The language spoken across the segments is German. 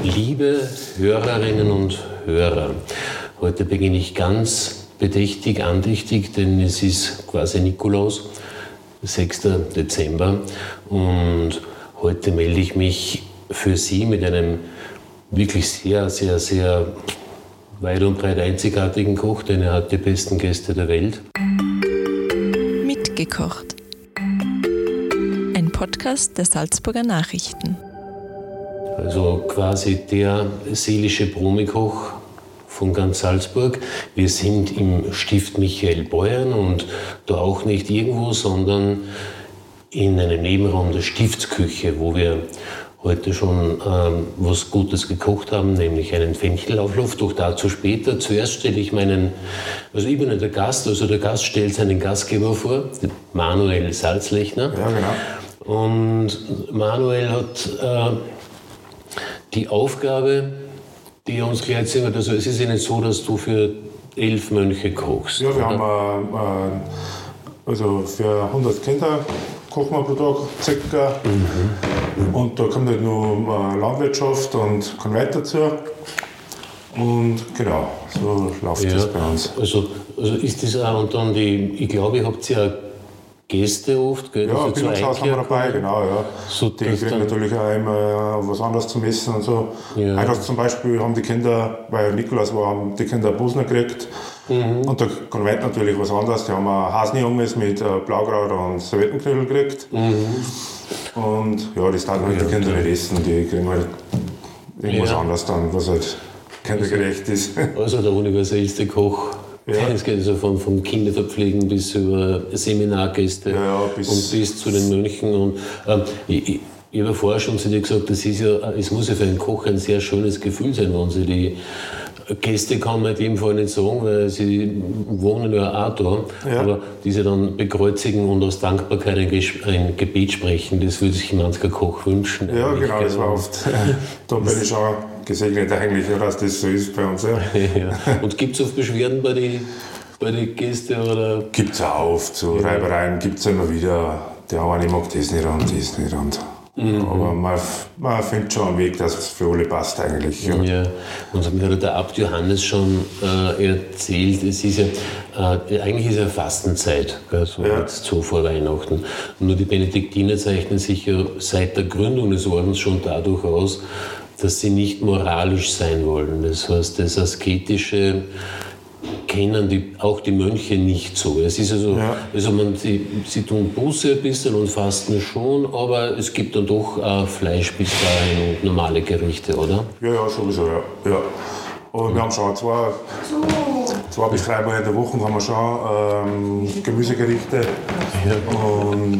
Liebe Hörerinnen und Hörer, heute beginne ich ganz bedächtig, andächtig, denn es ist quasi Nikolaus, 6. Dezember, und heute melde ich mich für Sie mit einem wirklich sehr, sehr, sehr weit und breit einzigartigen Koch, denn er hat die besten Gäste der Welt. Mitgekocht. Ein Podcast der Salzburger Nachrichten. Also quasi der seelische Promikoch von ganz Salzburg. Wir sind im Stift Michael Beuern und da auch nicht irgendwo, sondern in einem Nebenraum der Stiftsküche, wo wir heute schon was Gutes gekocht haben, nämlich einen Fenchelauflauf, doch dazu später. Zuerst stelle ich also ich bin ja der Gast, also der Gast stellt seinen Gastgeber vor, Manuel Salzlechner. Ja, genau. Und Manuel hat die Aufgabe, die er uns gleich erzählt hat, also es ist ja nicht so, dass du für 11 Mönche kochst. Ja, wir haben also für 100 Kinder kochen wir pro Tag circa. Und da kommt halt noch Landwirtschaft und Konvent dazu. Und genau, so läuft das bei uns. Also ist das auch, und dann ich glaube, ihr habt ja Gäste oft, gell? Ja, also Bildungshaus haben wir dabei, genau, ja. So, die kriegen natürlich auch immer was anderes zum Essen und so. Ja. Heute zum Beispiel haben die Kinder, weil Nikolaus war, haben die Kinder Busner gekriegt. Und der Konvent natürlich was anderes. Die haben Hasenjunges mit Blaukraut und Servettenknödel gekriegt. Und ja, das darf halt die Kinder nicht essen. Die kriegen halt irgendwas anderes dann, was halt kindergerecht ist. Also der universellste Koch. Ja. Es geht also vom Kinderverpflegen bis über Seminargäste und bis zu den Mönchen. Und, ich habe vorher schon zu dir gesagt, es muss ja für einen Koch ein sehr schönes Gefühl sein, wenn sie die Gäste kann man in dem Fall nicht sagen, weil sie wohnen ja auch da, aber die sie dann bekreuzigen und aus Dankbarkeit ein Gebet sprechen, das würde sich mancher Koch wünschen. Ja, genau, das war oft. Da bin ich schon gesegnet eigentlich, dass das so ist bei uns. Ja. Und gibt es oft Beschwerden bei den Gästen? Gibt es auch oft, so Reibereien gibt es immer wieder. Der eine mag das nicht und das nicht. Aber man findet schon einen Weg, dass es für alle passt eigentlich. Ja. Und mir hat der Abt Johannes schon erzählt, es ist eigentlich ist ja Fastenzeit, jetzt so vor Weihnachten. Nur die Benediktiner zeichnen sich ja seit der Gründung des Ordens schon dadurch aus, dass sie nicht moralisch sein wollen. Das heißt, das Asketische kennen auch die Mönche nicht so. Es ist also sie tun Buße ein bisschen und fasten schon, aber es gibt dann doch Fleisch bis dahin und normale Gerichte, oder? Ja, sowieso, ja. Und wir haben schon zwei bis 3 Mal in der Woche haben wir schon Gemüsegerichte. Und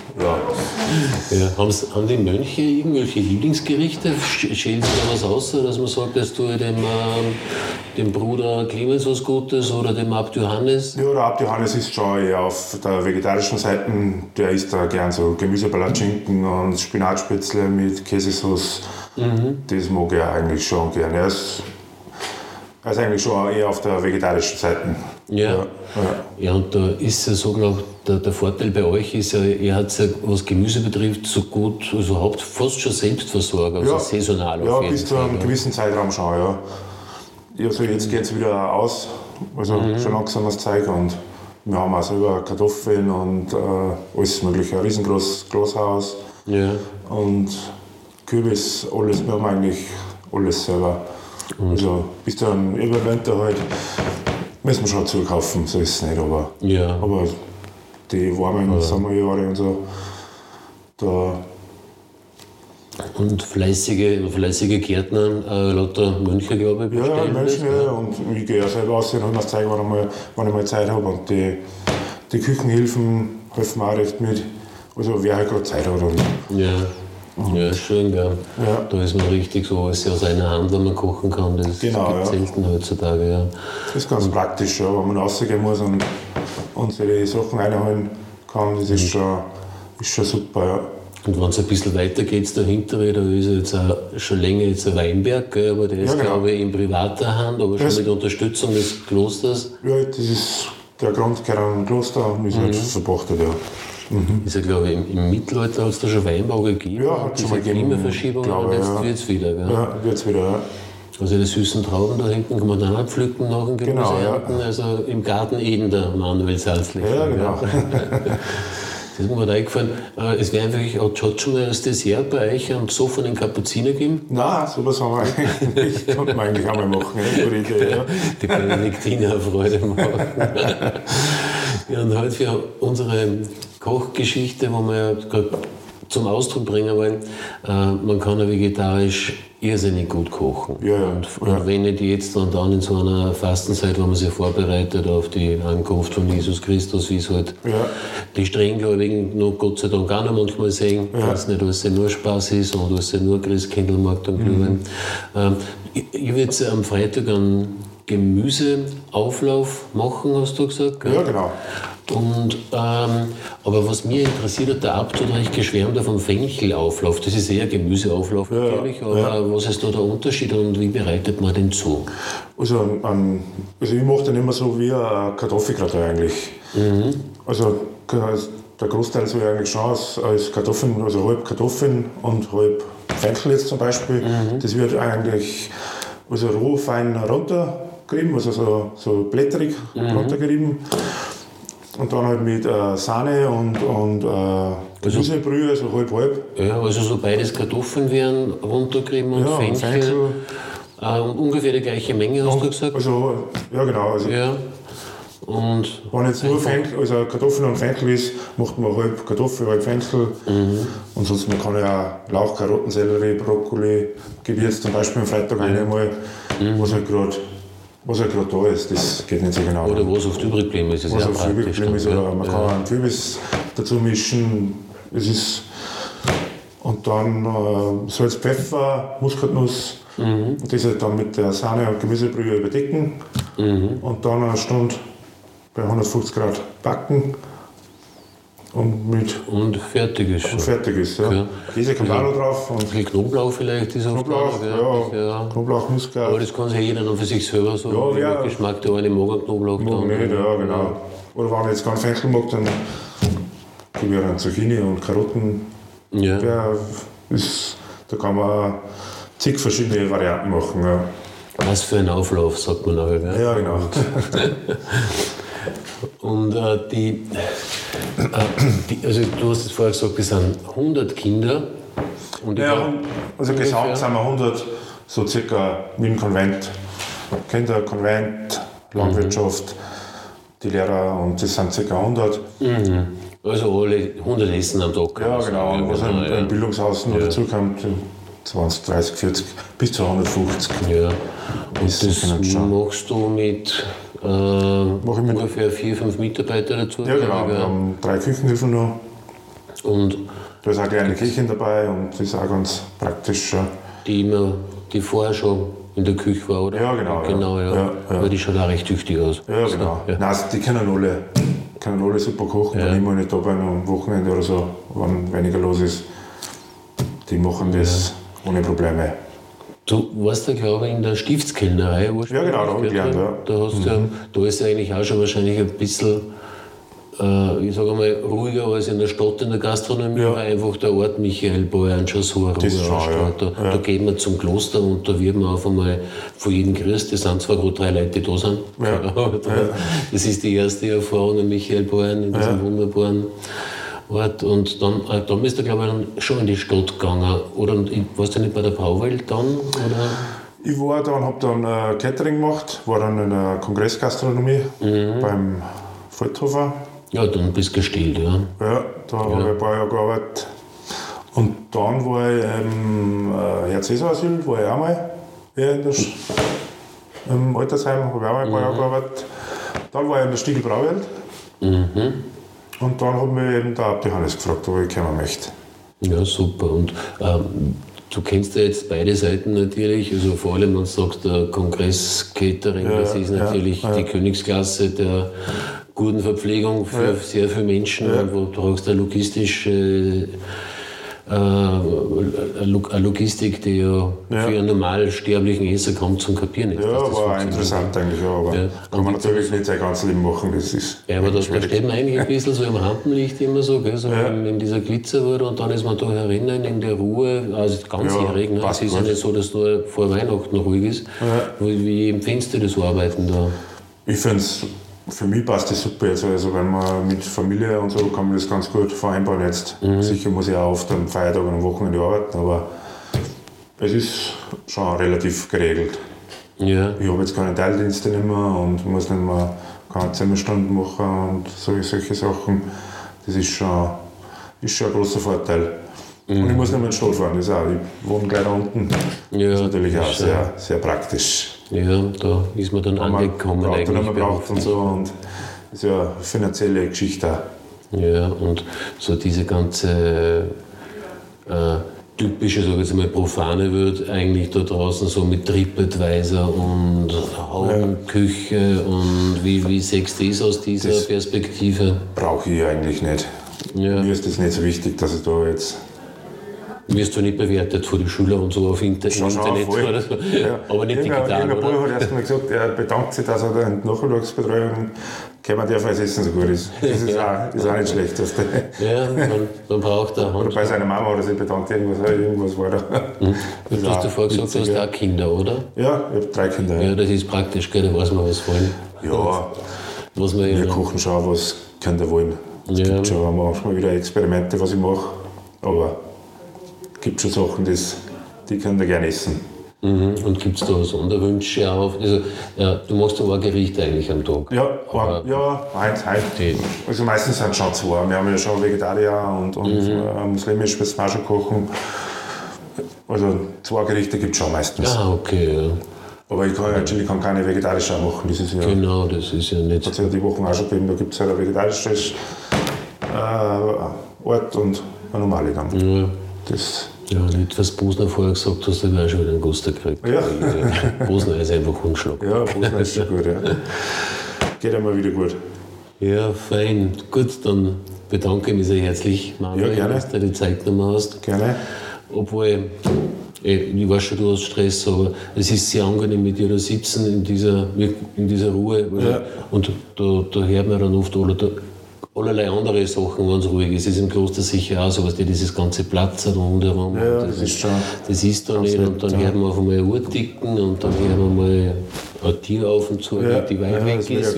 Haben die Mönche irgendwelche Lieblingsgerichte? Schälen sie da was aus, dass man sagt, dass du dem Bruder Clemens was Gutes oder dem Abt Johannes? Ja, der Abt Johannes ist schon eher auf der vegetarischen Seite. Der isst da gern so Gemüsepalatschinken und Spinatspätzle mit Käsesauce. Das mag er eigentlich schon gern. Er ist eigentlich schon eher auf der vegetarischen Seite. Ja, und da ist ja so, glaube ich, der Vorteil bei euch ist ja, ihr habt ja, was Gemüse betrifft, so gut, also habt fast schon Selbstversorger, also saisonal auf jeden Fall. Ja, bis zu einem gewissen Zeitraum schon, ja. Also jetzt geht es wieder aus, also schon langsam das Zeug, und wir haben auch selber Kartoffeln und alles mögliche, ein riesengroßes Glashaus und Kürbis, alles, wir haben eigentlich alles selber. Also bis dann über den Winter halt müssen wir schon zukaufen, so ist es nicht, aber die warmen Sommerjahre und so, da. Und fleißige Gärtner, lauter Mönche, glaube ich, bestellen. Ja, Mönche, und ich gehe ja selber aus und hole mir das Zeug, wenn ich mal Zeit habe, und die Küchenhilfen helfen mir auch recht mit, also wer halt gerade Zeit hat. Ja, schön, gell. Ja. Da ist man richtig so alles aus einer Hand, wenn man kochen kann. Das gibt selten heutzutage. Ja. Das ist ganz praktisch, wenn man rausgehen muss und sich die Sachen reinholen kann. Das ist schon super. Ja. Und wenn es ein bisschen weiter geht, dahinter, da ist jetzt schon länger jetzt ein Weinberg, gell, aber der ist, glaube ich, in privater Hand, aber schon mit Unterstützung des Klosters. Ja, das ist der Grund gehört an Kloster und ist halt verpachtet, Ist ja, glaube ich, im Mittelalter hat es da schon Weinbau gegeben. Ja, hat schon mal gegeben. Klimaverschiebung, und jetzt wird es wieder. Gell? Ja, wird es wieder, ja. Also die süßen Trauben da hinten kann man dann auch pflücken nach dem Gemüse ernten. Also im Garten Eden der Manuel Salzlich. Ja, genau. Das ist mir gerade eingefallen. Es wäre wirklich auch schon mal als Dessert bei euch am besoffenen Kapuziner geben. Nein, sowas haben wir eigentlich, könnte man eigentlich auch mal machen. Gute Idee, ja. Die Benediktiner Freude machen. Ja, und heute für unsere Kochgeschichte, wo wir ja gerade zum Ausdruck bringen wollen, man kann ja vegetarisch irrsinnig gut kochen. Ja, und wenn nicht jetzt und dann in so einer Fastenzeit, wo man sich vorbereitet auf die Ankunft von Jesus Christus, wie es halt die Strenggläubigen noch Gott sei Dank auch noch manchmal sehen, dass nicht alles nur Spaß ist und alles nur Christkindlmarkt und Glühwein. Ich würde jetzt am Freitag einen Gemüseauflauf machen, hast du gesagt? Gell? Ja, genau. Und, aber was mich interessiert hat, der Abt hat recht geschwärmt vom Fenchelauflauf. Das ist eher Gemüseauflauf natürlich, aber was ist da der Unterschied und wie bereitet man den zu? Also ich mache den immer so wie ein Kartoffelgratin eigentlich. Also der Großteil soll eigentlich schon als Kartoffeln, also halb Kartoffeln und halb Fenchel jetzt zum Beispiel. Das wird eigentlich also roh fein runtergerieben, also so blätterig runtergerieben. Und dann halt mit Sahne und Gemüsebrühe, also halb-halb. Ja, also so beides Kartoffeln werden runtergerieben und Fenchel. Ungefähr die gleiche Menge, hast du gesagt? Also, ja genau. Also, Und wenn jetzt nur Fenchel, also Kartoffeln und Fenchel ist, macht man halb Kartoffel, halb Fenchel. Und sonst man kann ja auch Lauch, Karotten, Sellerie, Brokkoli, Gewürz zum Beispiel am Freitag einmal, was halt gerade da ist, das geht nicht so genau. Oder was oft übrig geblieben ist, ist was ja oft übrig praktisch. geblieben ist, oder man kann auch einen Kürbis dazu mischen. Und dann Salz, Pfeffer, Muskatnuss. Und das halt dann mit der Sahne und Gemüsebrühe überdecken. Und dann eine Stunde bei 150 Grad backen. Und fertig ist schon. Und fertig ist, ja. Käse kommt auch noch drauf. Und ein bisschen Knoblauch vielleicht ist oft Knoblauch, ja. Knoblauch, Muskat. Aber das kann sich jeder dann für sich selber so Ja, Geschmack, der eine mag einen Knoblauch. Mag nicht, ja, genau. Oder wenn ich jetzt keinen Fenchel mag, dann gebe ich dann Zucchini und Karotten. Ja. Da kann man zig verschiedene Varianten machen. Ja. Was für ein Auflauf, sagt man nachher. Gell? Ja, genau. Und also du hast es vorher gesagt, das sind 100 Kinder. Und also gesamt sind wir 100, so circa mit dem Konvent. Kinder, Konvent, Landwirtschaft, die Lehrer, und das sind circa 100. Also alle 100 Essen am Tag. Ja, genau. Und was ein Bildungshaus noch dazu kommt, 20, 30, 40 bis zu 150. Ja. Und das machst du mit ungefähr 4-5 Mitarbeiter dazu? Ja, genau. Wir haben 3 Küchenhilfen noch. Und da ist auch eine kleine Küche dabei und das ist auch ganz praktisch. Die vorher schon in der Küche war, oder? Ja, genau. Ja. Weil die schaut auch recht tüchtig aus. Ja, genau. Ja. Nein, die können alle super kochen, wenn ich mal nicht da bin am Wochenende oder so, wenn weniger los ist. Die machen das ohne Probleme. Du warst da, glaube ich, in der Stiftskellnerei. Ja, genau, da habe ich gelernt. Ja. Da ist eigentlich auch schon wahrscheinlich ein bisschen, ich sage mal, ruhiger als in der Stadt in der Gastronomie, weil einfach der Ort Michaelbeuern schon so eine Ruhe ausstrahlt. Da geht man zum Kloster und da wird man auf einmal von jedem grüßt. Das sind zwar gerade 3 Leute, die da sind. Das ist die erste Erfahrung in Michaelbeuern, in diesem wunderbaren Ort. Und dann bist du, glaube ich, dann schon in die Stadt gegangen. Oder warst du nicht bei der Brauwelt dann? Oder? Ich habe dann Catering gemacht, war dann in der Kongressgastronomie beim Feldhofer. Ja, dann bist du gestellt, ja. Ja, da habe ich ein paar Jahre gearbeitet. Und dann war ich im Herz-Jesu-Asyl, war ich auch mal im Altersheim, habe ich auch mal ein paar Jahre gearbeitet. Dann war ich in der Stiegl Brauwelt. Und dann hat mich eben der Abt Johannes gefragt, ob ich kommen möchte. Ja, super. Und du kennst ja jetzt beide Seiten natürlich, also vor allem, wenn du sagst, der Kongress-Catering, das ist natürlich die Königsklasse der guten Verpflegung für sehr viele Menschen, wo du brauchst eine logistische eine Logistik, die ja für einen normalen sterblichen Esser kaum zum Kapieren ist. Ja, war auch interessant eigentlich, aber kann man natürlich nicht sein ganzes Leben machen. Das ist aber da steht man eigentlich ein bisschen so im Rampenlicht immer so, gell, so in dieser Glitzerwelt und dann ist man da herinnen in der Ruhe, also ganzjährig. Ne? Es ist ja nicht so, dass nur vor Weihnachten ruhig ist. Ja. Wie empfindest du das Arbeiten da? Ich finde es, für mich passt das super jetzt. Also wenn man mit Familie und so, kann man das ganz gut vereinbaren jetzt. Sicher muss ich auch oft am Feiertag und am Wochenende arbeiten, aber es ist schon relativ geregelt. Ja. Ich habe jetzt keine Teildienste mehr und muss nicht mehr keine 10 Stunden machen und solche Sachen. Das ist schon ein großer Vorteil. Und ich muss nicht mehr in die Stadt fahren, das auch. Ich wohne gleich da unten. Ja, das ist natürlich auch sehr, sehr praktisch. Ja, da ist man dann angekommen eigentlich. Braucht und so, und das ist ja eine finanzielle Geschichte auch. Ja, und so diese ganze typische, sage ich jetzt mal, profane Welt eigentlich da draußen so mit TripAdvisor und Haubenküche und wie sechst du das aus dieser Perspektive? Brauche ich eigentlich nicht. Ja. Mir ist das nicht so wichtig, dass ich da jetzt... Wirst du nicht bewertet von den Schülern und so auf Internet oder so? Ja. Aber nicht digital, oder? Bruder hat erst mal gesagt, er bedankt sich, dass er da in die Nachmittagsbetreuung kommen darf, weil das Essen so gut ist. Das ist, auch nicht schlecht. Ja, man braucht da Hand. Oder bei seiner Mama hat er sich bedankt, irgendwas war da. Du hast vorher gesagt, du hast auch Kinder, oder? Ja, ich habe 3 Kinder. Ja, das ist praktisch, gell? Da weiß man, was wollen. Ja, wir kochen schon, was Kinder wollen. Es gibt schon manchmal wieder Experimente, was ich mache, aber es gibt schon Sachen, die können da gerne essen. Und gibt es da Sonderwünsche auch? Also, du machst ja auch Gerichte eigentlich am Tag. Ja, eins. Also meistens sind es schon 2. Wir haben ja schon Vegetarier und muslimisch müssen wir auch schon kochen. Also 2 Gerichte gibt es schon meistens. Ah, okay, ja. Aber ich kann keine vegetarische auch machen. Das ist ja, genau, das ist ja nicht... Hat es ja die Wochen auch schon gegeben, da gibt es halt ein vegetarisches Ort und eine normale dann. Ja. Ja, nicht, was Bosner vorher gesagt hast, da habe ich auch schon wieder einen Guster gekriegt. Ja. Bosner ist einfach Unschlag. Ja, Bosner ist schon gut, ja. Geht einmal wieder gut. Ja, fein. Gut, dann bedanke ich mich sehr herzlich, Manuel, dass du die Zeit genommen hast. Gerne. Obwohl, ich weiß schon, du hast Stress, aber es ist sehr angenehm, mit dir da sitzen in dieser Ruhe. Ja. Und da hört man dann oft allerlei andere Sachen, wenn es ruhig ist. Es ist im Kloster sicher auch so, was dieses ganze Platz rundherum. Ja, das ist schon. Das ist da nicht. Und dann hört man auf einmal eine Uhr ticken und dann hört man mal ein Tier auf und zu, die weit weg ist.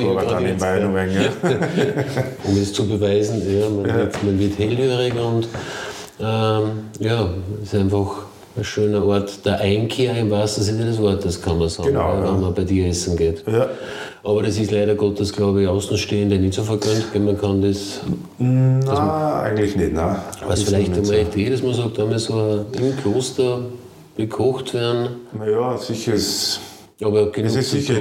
Um es zu beweisen, man wird hellhörig und es ist einfach ein schöner Ort der Einkehr im wahrsten Sinne des Wortes, kann man sagen, wenn man bei dir essen geht. Ja. Aber das ist leider Gottes, glaube ich, Außenstehende nicht so vergönnt. Man kann das... Nein, eigentlich nicht. Nein. Was vielleicht einmal so. Jedes Mal sagt, wenn wir so im Kloster bekocht werden. Naja, sicher ist... Aber es ist sicher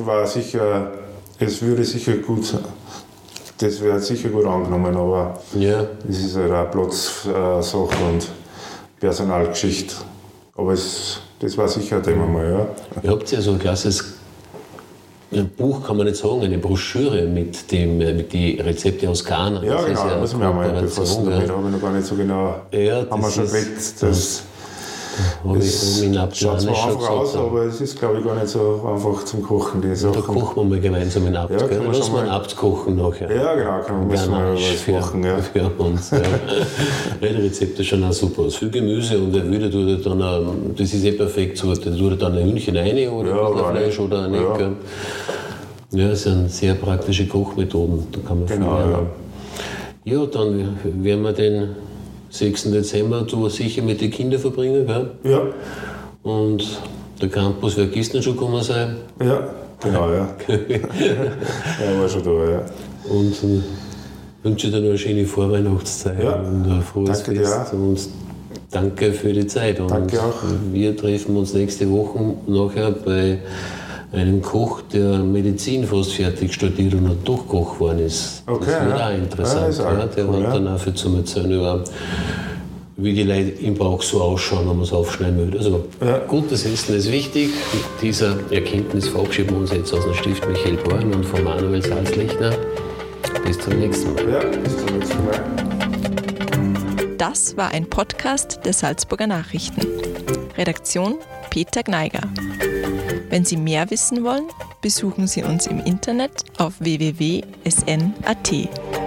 es würde sicher gut sein. Das wäre sicher gut angenommen, aber es ist halt auch Platzsache und Personalgeschichte. Aber das war sicher ein Thema mal, ja. Ihr habt ja so ein klassisches Buch, kann man nicht sagen, eine Broschüre mit den Rezepte aus Ghana. Ja, genau, da müssen wir auch mal befassen damit. Da habe ich noch gar nicht so genau. Ja, haben wir schon geredet. Das schaut zwar einfach aus, aber es ist, glaube ich, gar nicht so einfach zum Kochen. Die Sachen. Da kochen wir mal gemeinsam einen Abt. Ja, dann lassen wir einen Abt kochen nachher. Ja, genau, kann man mal was machen. Für uns. Die Rezepte schauen auch super aus. Viel Gemüse und er würde dann, das ist perfekt so, da tut er dann ein Hühnchen rein oder ein Fleisch oder ein Eck. Ja, das sind sehr praktische Kochmethoden, da kann man viel lernen. Ja, dann werden wir den 6. Dezember du sicher mit den Kindern verbringen, gell? Ja. Und der Campus wird gestern schon gekommen sein. Ja, genau, ja. Er war schon da, ja. Und wünsche dir noch eine schöne Vorweihnachtszeit und ein frohes Fest. Und danke für die Zeit. Und danke auch. Wir treffen uns nächste Woche nachher bei einem Koch, der Medizin fast fertig studiert und noch Koch geworden ist. Okay, das wird auch interessant. Der cool, hat dann auch viel zu erzählen über, wie die Leute im Bauch so ausschauen, wenn man es aufschneiden will. Also gutes Essen ist wichtig. Mit dieser Erkenntnis verabschieden wir uns jetzt aus dem Stift Michael Born und von Manuel Salzlechner. Bis zum nächsten Mal. Ja, bis zum nächsten Mal. Das war ein Podcast der Salzburger Nachrichten. Redaktion Peter Gneiger. Wenn Sie mehr wissen wollen, besuchen Sie uns im Internet auf www.sn.at.